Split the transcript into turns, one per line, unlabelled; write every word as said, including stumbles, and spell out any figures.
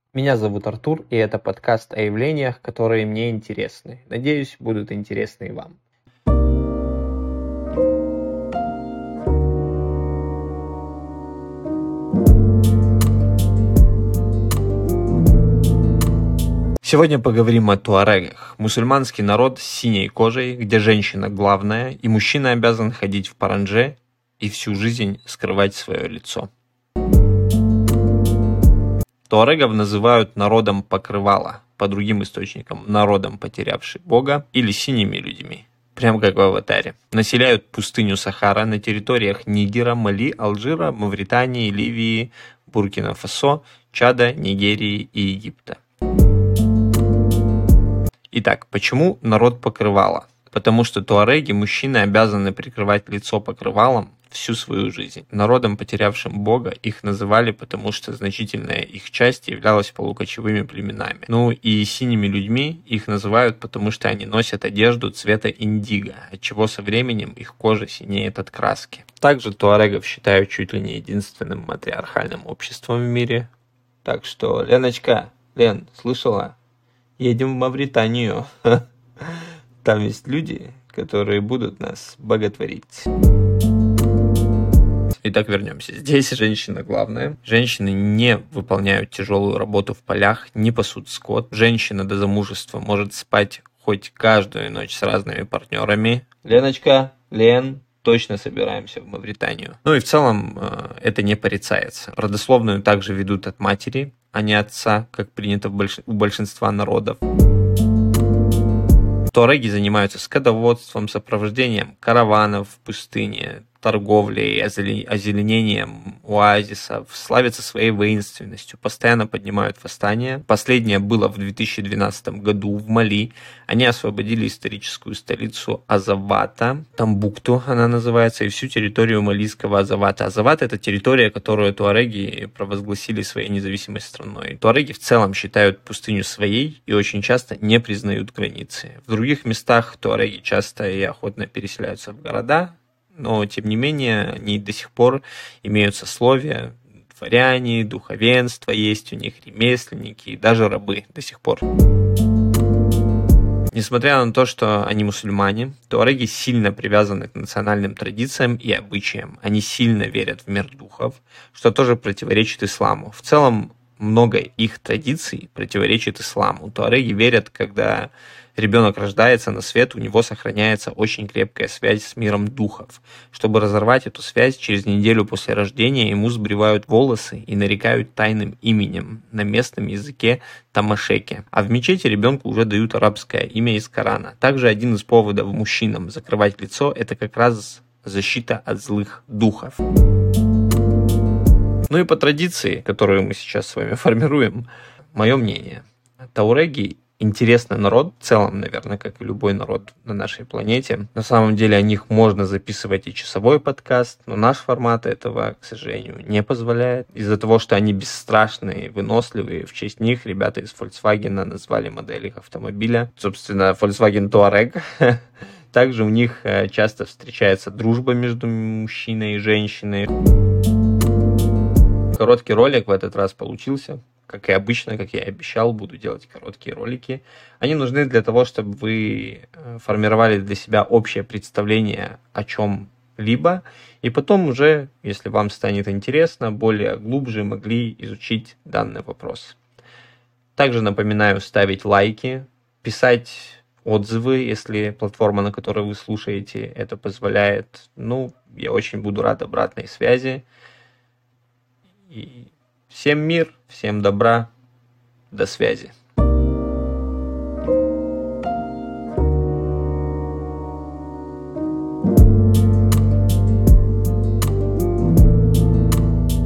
Меня зовут Артур, и это подкаст о явлениях, которые мне интересны. Надеюсь, будут интересны и вам. Сегодня поговорим о туарегах. Мусульманский народ с синей кожей, где женщина главная, и мужчина обязан ходить в парандже и всю жизнь скрывать свое лицо. Туарегов называют народом покрывала, по другим источникам народом, потерявший Бога, или синими людьми, прям как в «Аватаре». Населяют пустыню Сахара на территориях Нигера, Мали, Алжира, Мавритании, Ливии, Буркина-Фасо, Чада, Нигерии и Египта. Итак, почему народ покрывала? Потому что туареги, мужчины, обязаны прикрывать лицо покрывалом всю свою жизнь. Народом, потерявшим Бога, их называли, потому что значительная их часть являлась полукочевыми племенами. Ну и синими людьми их называют, потому что они носят одежду цвета индиго, отчего со временем их кожа синеет от краски. Также туарегов считают чуть ли не единственным матриархальным обществом в мире. Так что, Леночка, Лен, слышала? Едем в Мавританию. Там есть люди, которые будут нас боготворить. Итак, вернемся. Здесь женщина главная. Женщины не выполняют тяжелую работу в полях, не пасут скот. Женщина до замужества может спать хоть каждую ночь с разными партнерами. Леночка, Лен, точно собираемся в Мавританию. Ну и в целом это не порицается. Родословную также ведут от матери, а не отца, как принято у большинства народов. Туареги занимаются скотоводством, сопровождением караванов в пустыне, торговлей, озеленением оазисов, славятся своей воинственностью, постоянно поднимают восстания. Последнее было в две тысячи двенадцатом году в Мали. Они освободили историческую столицу Азавата, Тамбукту она называется, и всю территорию малийского Азавата. Азават — это территория, которую туареги провозгласили своей независимой страной. Туареги в целом считают пустыню своей и очень часто не признают границы. В других местах туареги часто и охотно переселяются в города, но, тем не менее, они до сих пор имеют сословия, дворяне, духовенство есть у них, ремесленники и даже рабы до сих пор. Несмотря на то, что они мусульмане, туареги сильно привязаны к национальным традициям и обычаям. Они сильно верят в мир духов, что тоже противоречит исламу. В целом, много их традиций противоречит исламу. Туареги верят, когда ребенок рождается на свет, у него сохраняется очень крепкая связь с миром духов. Чтобы разорвать эту связь, через неделю после рождения ему сбривают волосы и нарекают тайным именем на местном языке тамашеки. А в мечети ребенку уже дают арабское имя из Корана. Также один из поводов мужчинам закрывать лицо – это как раз защита от злых духов. Ну и по традиции, которую мы сейчас с вами формируем, мое мнение. Туареги интересный народ, в целом, наверное, как и любой народ на нашей планете. На самом деле о них можно записывать и часовой подкаст, но наш формат этого, к сожалению, не позволяет. Из-за того, что они бесстрашные, выносливые, в честь них ребята из Volkswagen назвали модель их автомобиля. Собственно, Volkswagen Touareg. Также у них часто встречается дружба между мужчиной и женщиной. Короткий ролик в этот раз получился. Как и обычно, как я и обещал, буду делать короткие ролики. Они нужны для того, чтобы вы формировали для себя общее представление о чем-либо, и потом уже, если вам станет интересно, более глубже могли изучить данный вопрос. Также напоминаю ставить лайки, писать отзывы, если платформа, на которой вы слушаете, это позволяет. Ну, я очень буду рад обратной связи. И всем мир, всем добра, до связи.